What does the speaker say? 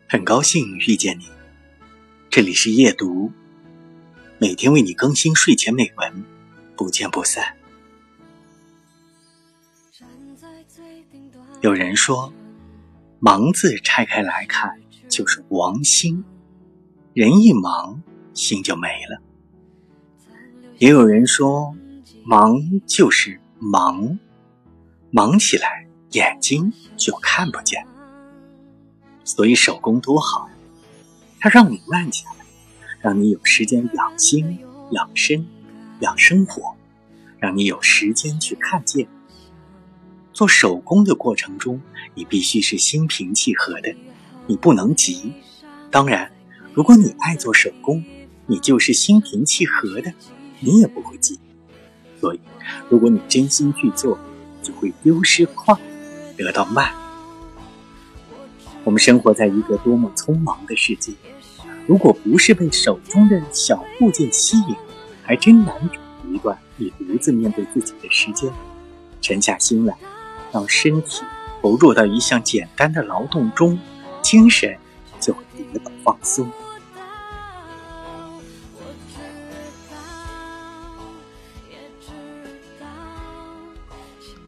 很高兴遇见你，这里是夜读，每天为你更新睡前美文，不见不散。有人说，忙字拆开来看就是王心，人一忙心就没了。也有人说，忙就是忙，忙起来眼睛就看不见。所以手工多好，它让你慢下来，让你有时间养心、养身、养生活，让你有时间去看见。做手工的过程中，你必须是心平气和的，你不能急。当然，如果你爱做手工，你就是心平气和的，你也不会急。所以，如果你真心去做，就会丢失快，得到慢。我们生活在一个多么匆忙的世界，如果不是被手中的小物件吸引，还真难找一段你独自面对自己的时间，沉下心来，让身体投入到一项简单的劳动中，精神就会得到放松。